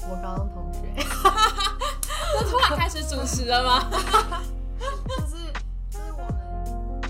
我高中同学。 那突然开始主持了吗？ 就是我们。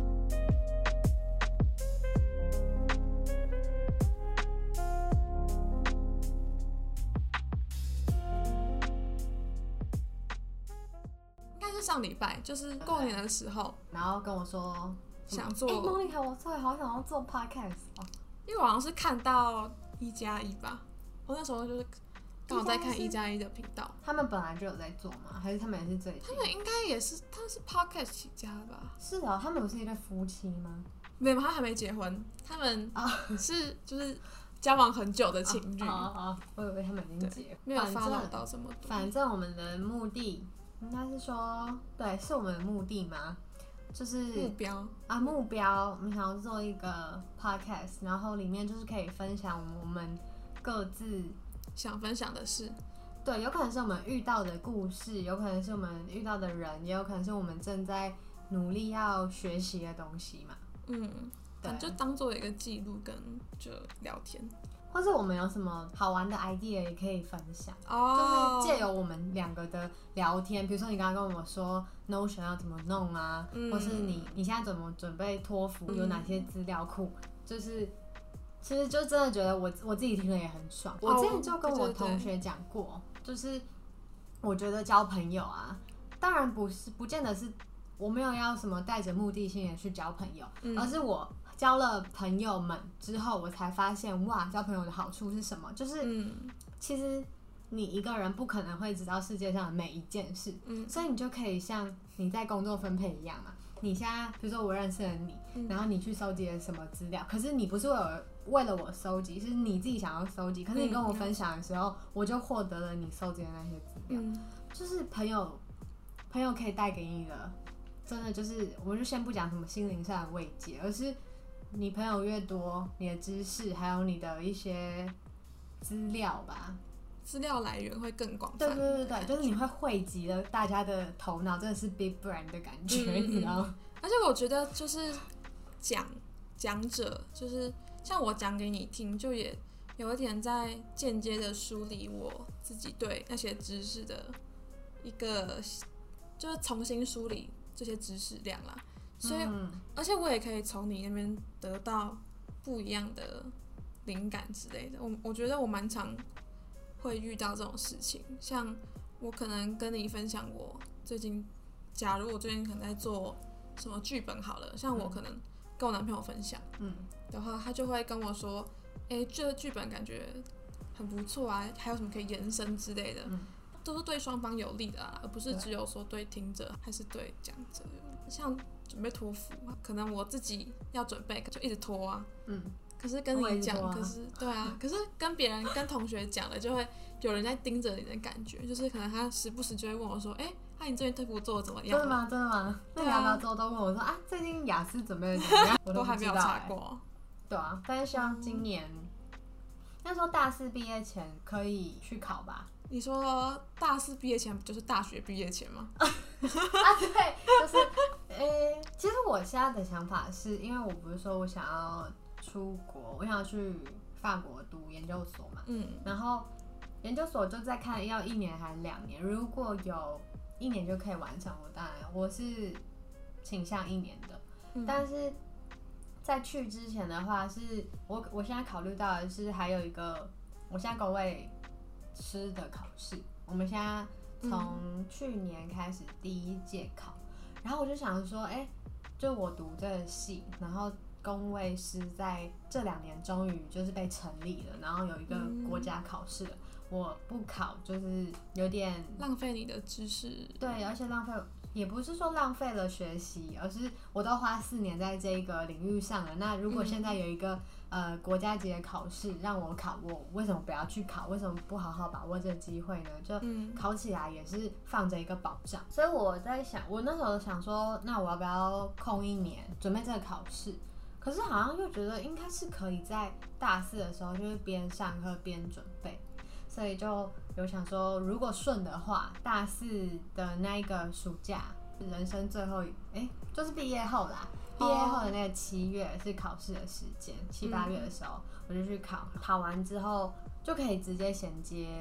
应该是上礼拜，就是过年的时候， 然后跟我说想做。 莫妮卡，我突然好想要做 podcast 哦。 因为我好像是看到1+1吧，我那时候就是刚好在看1+1的频道。 他们本来就有在做吗？还是他们也是最近？ 他们应该也是，他是 podcast 起家的吧？ 是哦，他们不是一对夫妻吗？ 没有，他还没结婚，他们是就是交往很久的情侣。 我以为他们已经结婚， 没有发展到这么多。 反正我们的目的应该是说，对，是我们的目的吗？就是目标， 我们想要做一个 podcast， 然后里面就是可以分享我们各自想分享的事。 对，有可能是我们遇到的故事，有可能是我们遇到的人，也有可能是我们正在努力要学习的东西嘛。对， 就当做一个记录跟就聊天， 或是我们有什么好玩的 idea 也可以分享。就是借由我们两个的聊天，比如说你刚刚跟我说 Notion 要怎么弄啊，或是你现在怎么准备托福，有哪些资料库，就是其实就真的觉得我自己听了也很爽。我之前就跟我同学讲过，就是我觉得交朋友啊，当然不见得是我没有要什么带着目的性的去交朋友，而是我交了朋友们之后，我才发现哇，交朋友的好处是什么？就是其实你一个人不可能会知道世界上的每一件事，所以你就可以像你在工作分配一样嘛。你现在比如说我认识了你，然后你去收集了什么资料，可是你不是为了我收集，是你自己想要收集，可是你跟我分享的时候，我就获得了你收集的那些资料。就是朋友可以带给你的，真的就是我们就先不讲什么心灵上的慰藉，而是你朋友越多，你的知识还有你的一些资料吧， 资料来源会更广泛。 对，就是你会汇集了大家的头脑，真的是 big brain 的感觉，你知道吗？ 而且我觉得就是讲者，就是像我讲给你听，就也有一点在间接的梳理我自己对那些知识的一个，就是重新梳理这些知识量啦。所以，而且我也可以从你那边得到不一样的灵感之类的。我觉得我蛮常会遇到这种事情，像我可能跟你分享我最近，假如我最近可能在做什么剧本好了，像我可能跟我男朋友分享，的话，他就会跟我说，这个剧本感觉很不错啊，还有什么可以延伸之类的，都是对双方有利的啊，而不是只有说对听者还是对讲者。像准备托福，可能我自己要准备就一直拖啊，可是跟你讲，可是对啊，可是跟别人跟同学讲了，就会有人在盯着你的感觉，就是可能他时不时就会问我说，你这边托福做的怎么样？ 真的吗？那你要不要做？都问我说啊，最近雅思准备的怎么样？我都还没有查过。对啊，但是希望今年，那时候大4毕业前可以去考吧。 你说大4毕业前不就是大学毕业前吗？ 对，就是其实我现在的想法是因为我不是说我想要出国，我想要去法国读研究所嘛，然后研究所就在看要1年还是2年，如果有1年就可以完成，我是倾向1年的，但是在去之前的话，是我现在考虑到的是还有一个，我现在工位师的考试，我们现在从去年开始第1届考，然后我就想说，就我读这个系，然后工位师在这2年终于就是被成立了，然后有一个国家考试了，我不考就是有点浪费你的知识， 对，而且浪费。也不是说浪费了学习，而是我都花4年在这个领域上了。那如果现在有一个国家级的考试让我考，我为什么不要去考？为什么不好好把握这个机会呢？就考起来也是放着一个保障。所以我在想，我那时候想说，那我要不要空1年准备这个考试？可是好像又觉得应该是可以在大4的时候，就是边上课边准备。所以就有想说，如果顺的话，大4的那一个暑假，人生最后就是毕业后啦，毕业后的那个7月是考试的时间，7、8月的时候我就去考，考完之后就可以直接衔接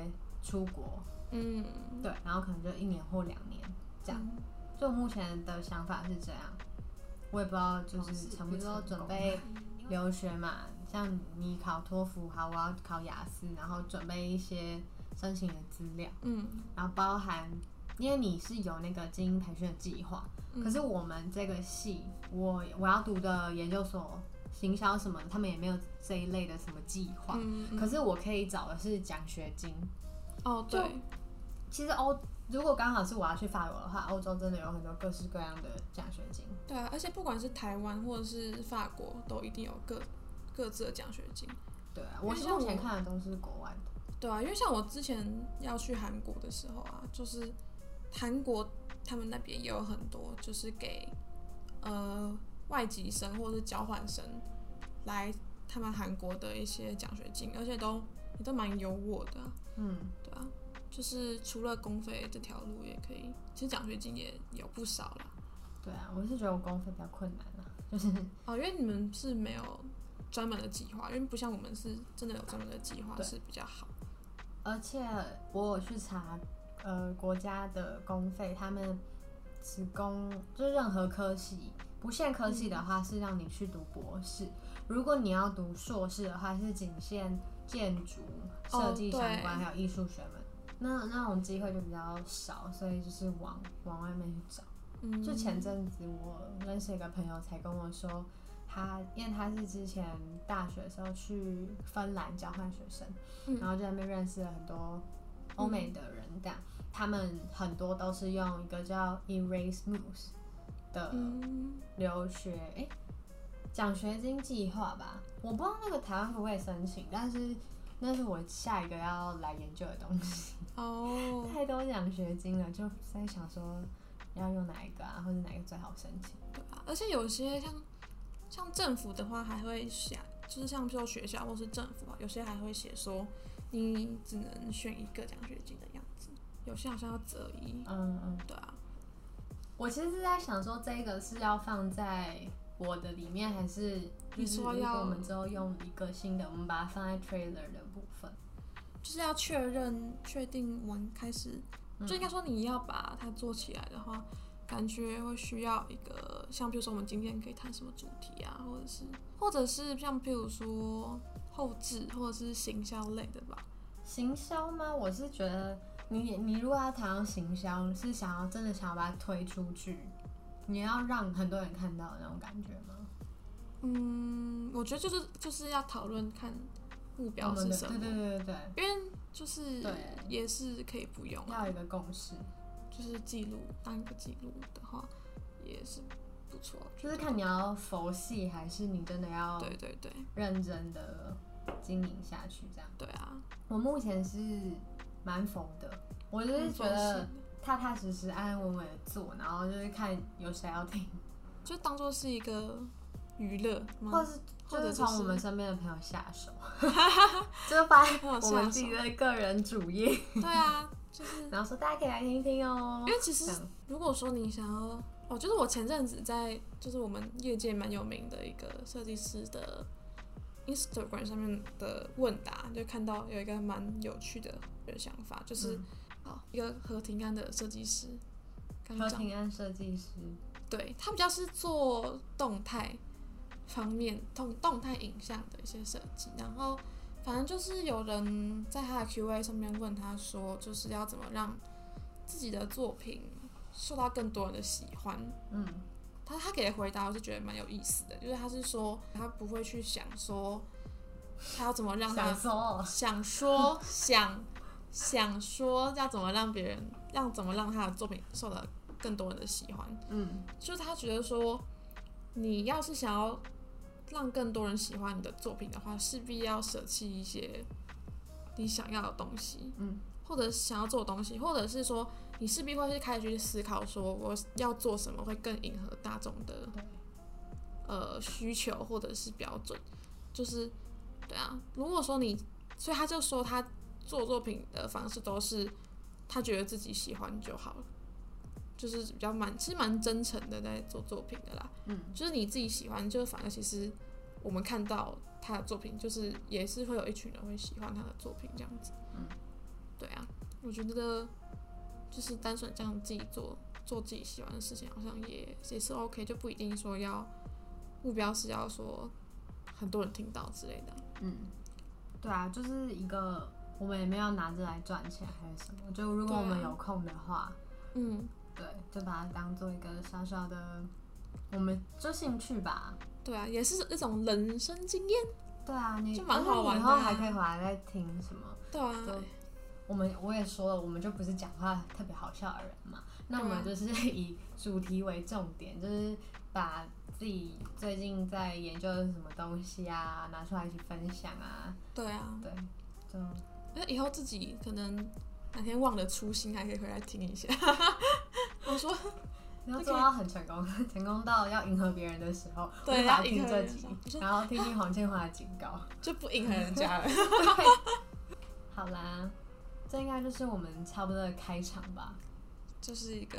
出国，对，然后可能就1年或2年这样。就目前的想法是这样，我也不知道就是什么时候准备留学嘛，像你考托福，好，我要考雅思，然后准备一些申请的资料，然后包含，因为你是有那个精英培训的计划，可是我们这个系，我要读的研究所行销什么的，他们也没有这一类的什么计划，可是我可以找的是奖学金。 哦，对， 其实如果刚好是我要去法国的话，欧洲真的有很多各式各样的奖学金。 对啊，而且不管是台湾或者是法国，都一定有各自的奖学金。 对啊，我目前看的都是国外的。 对啊，因为像我之前要去韩国的时候啊，就是韩国他们那边也有很多，就是给外籍生或者是交换生来他们韩国的一些奖学金，而且也都蛮优渥的啊。对啊，就是除了公费这条路也可以，其实奖学金也有不少啦。 对啊，我是觉得我公费比较困难啊，就是因为你们是没有专门的计划，因为不像我们是真的有专门的计划是比较好。 而且我有去查，国家的公费，他们只供就是任何科系，不限科系的话是让你去读博士，如果你要读硕士的话是仅限建筑、设计相关还有艺术学门，那种机会就比较少，所以就是往外面去找。就前阵子我认识一个朋友才跟我说，因为他是之前大学的时候去芬兰交换学生，然后就在那边认识了很多欧美的人，这样他们很多都是用一个叫 Erasmus 的留学奖学金计划吧，我不知道那个台湾可不可以申请，但是那是我下一个要来研究的东西。太多奖学金了，就在想说要用哪一个啊，或者哪一个最好申请。 对啊，而且有些像政府的话还会写，就是像比如说学校或是政府啊，有些还会写说你只能选一个奖学金的样子，有些好像要择一。对啊。 我其实是在想说，这个是要放在我的里面，还是就是如果我们之后用一个新的，我们把它放在 trailer 的部分， 就是要确定我们开始，就应该说你要把它做起来的话，感觉会需要一个像比如说我们今天可以谈什么主题啊，或者是像比如说后制或者是行销类的吧。 行销吗？我是觉得你如果要谈到行销，是真的想要把它推出去，你要让很多人看到的那种感觉吗？ 我觉得就是要讨论看目标是什么。 对， 因为就是也是可以不用要有一个共识， 就是当一个记录的话也是不错。 就是看你要佛系还是你真的要对认真的经营下去这样。 对啊， 我目前是蛮佛的，我就是觉得踏踏实实、安安稳稳的做，然后就是看有谁要听， 就当做是一个娱乐， 或者从我们身边的朋友下手，就发我们自己的个人主页。 对啊，就是然后说大家可以来听听哦。 因为其实如果说你想要，就是我前阵子在就是我们业界蛮有名的一个设计师的 Instagram 上面的问答，就看到有一个蛮有趣的想法，就是一个何庭安的设计师， 何庭安设计师， 对，他比较是做动态方面动态影像的一些设计，然后反正就是有人在他的 Q&A 上面问他说，就是要怎么让自己的作品受到更多人的喜欢。他给的回答我是觉得蛮有意思的，就是他是说他不会去想说他要怎么让他想说要怎么让别人怎么让他的作品受到更多人的喜欢。就是他觉得说你要是想要让更多人喜欢你的作品的话，势必要舍弃一些你想要的东西，或者想要做的东西，或者是说你势必会去开始去思考说我要做什么会更迎合大众的需求或者是标准，就是对啊。如果说所以他就说他做作品的方式都是他觉得自己喜欢就好了，就是比较其实蛮真诚的在做作品的啦。就是你自己喜欢，就是反而其实我们看到他的作品，就是也是会有一群人会喜欢他的作品这样子。对啊。 我觉得就是单纯这样自己做自己喜欢的事情，好像也是 OK， 就不一定说要目标是要说很多人听到之类的。 对啊，就是一个我们也没有拿着来赚钱还是什么，就如果我们有空的话，对，就把它当做一个小小的，我们就興趣吧。 对啊，也是一種人生經驗。 對啊，你就蠻好玩的、啊。 以後還可以回來再聽什麼？ 對啊。 我也說了，我們就不是講話特別好笑的人嘛。那我們就是以主題為重點，就是把自己最近在研究的什麼東西啊，拿出來一起分享啊。 對啊。 對，就那以後自己可能哪天忘了初心，還可以回來聽一下。我說。 你要做到很成功，成功到要迎合別人的時候，對，我就把它聽這集，然後聽聽黃倩華的警告， 就不迎合人家了。 好啦，這應該就是我們差不多的開場吧， 就是一個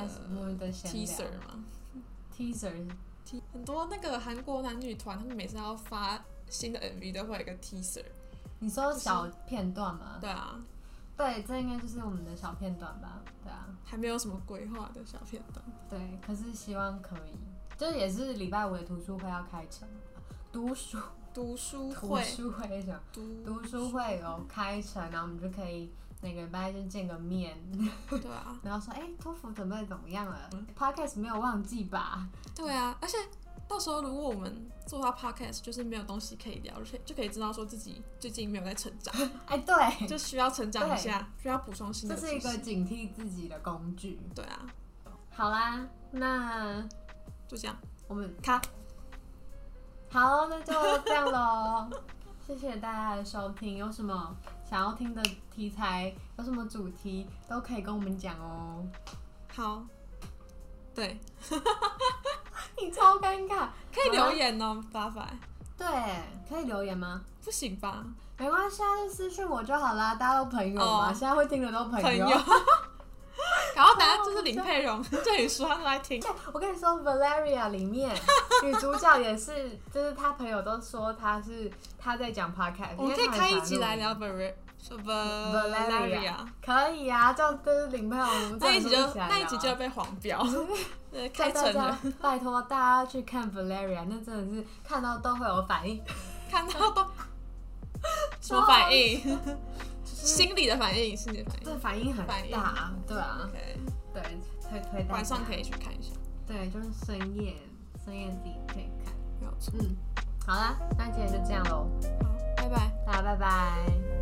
teaser 嘛 ，teaser， 很多那個韓國男女團，他們每次要發新的 MV 都會有一個 teaser。 你說小片段嗎？ 對啊。 对，这应该就是我们的小片段吧，对啊， 还没有什么规划的小片段。 对，可是希望可以，就是也是礼拜五的图书会要开成，读书会什么？读书会有开成，然后我们就可以那个礼拜就见个面， 对啊， 然后说托福准备怎么样了？Podcast 没有忘记吧？ 对啊，而且到时候如果我们做到 podcast 就是没有东西可以聊，就可以知道说自己最近没有在成长。 哎，对， 就需要成长一下，需要补充新的知识。 这是一个警惕自己的工具。 对啊。 好啦，那就这样， 我们卡。好，那就这样咯。谢谢大家的收听，有什么想要听的题材，有什么主题都可以跟我们讲哦。 好。对。 你超尴尬， 可以留言哦，八百。 对，可以留言吗？ 不行吧？ 没关系啊，就私讯我就好啦，大家都朋友嘛，现在会听的都朋友。 然后大家就是林佩蓉叫你说他来听。 我跟你说 ，Valeria 里面女主角也是，就是她朋友都说她在讲 podcast。 我们可以开一集来聊 Valeria。 可以啊，就是林佩蓉， 那一集就要被黄标。开成了， 拜托大家去看 Valeria， 那真的是看到都会有反应， 看到都什么反应？心理的反应，心理的反应， 对，反应很大，对啊，对，推大家晚上可以去看一下， 对，就是深夜自己可以看， 没有错。 好啦，那今天就这样咯， 好，拜拜， 大家拜拜。